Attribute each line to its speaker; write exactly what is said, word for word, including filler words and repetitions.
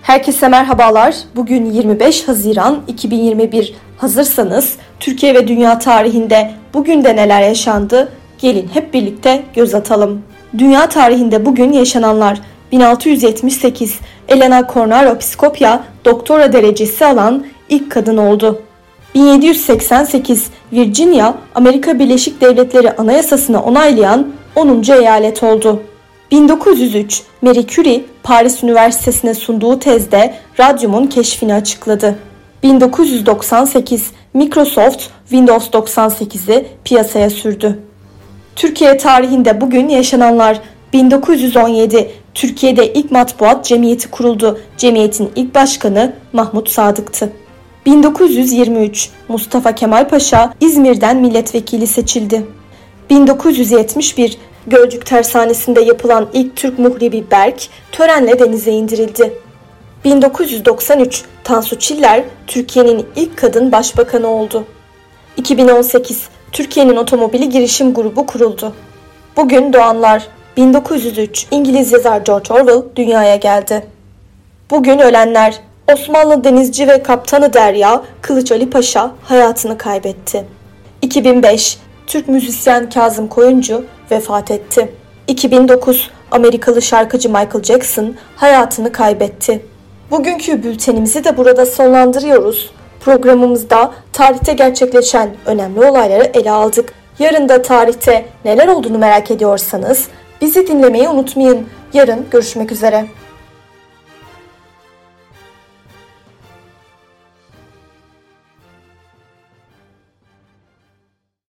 Speaker 1: Herkese merhabalar. Bugün yirmi beş Haziran iki bin yirmi bir. Hazırsanız Türkiye ve dünya tarihinde bugün de neler yaşandı? Gelin hep birlikte göz atalım. Dünya tarihinde bugün yaşananlar: bin altı yüz yetmiş sekiz Elena Cornaro Piscopya doktora derecesi alan ilk kadın oldu. bin yedi yüz seksen sekiz Virginia, Amerika Birleşik Devletleri Anayasasını onaylayan onuncu eyalet oldu. bin dokuz yüz üç Marie Curie, Paris Üniversitesi'ne sunduğu tezde radyumun keşfini açıkladı. bin dokuz yüz doksan sekiz Microsoft Windows doksan sekizi piyasaya sürdü. Türkiye tarihinde bugün yaşananlar: bin dokuz yüz on yedi Türkiye'de ilk matbuat cemiyeti kuruldu. Cemiyetin ilk başkanı Mahmut Sadık'tı. bin dokuz yüz yirmi üç Mustafa Kemal Paşa İzmir'den milletvekili seçildi. bin dokuz yüz yetmiş bir Gölcük Tersanesi'nde yapılan ilk Türk muhribi Berk törenle denize indirildi. bin dokuz yüz doksan üç Tansu Çiller Türkiye'nin ilk kadın başbakanı oldu. iki bin on sekiz Türkiye'nin otomobili girişim grubu kuruldu. Bugün doğanlar: bin dokuz yüz üç İngiliz yazar George Orwell dünyaya geldi. Bugün ölenler: Osmanlı denizci ve kaptanı Derya Kılıç Ali Paşa hayatını kaybetti. iki bin beş Türk müzisyen Kazım Koyuncu vefat etti. iki bin dokuz Amerikalı şarkıcı Michael Jackson hayatını kaybetti. Bugünkü bültenimizi de burada sonlandırıyoruz. Programımızda tarihte gerçekleşen önemli olayları ele aldık. Yarın da tarihte neler olduğunu merak ediyorsanız bizi dinlemeyi unutmayın. Yarın görüşmek üzere.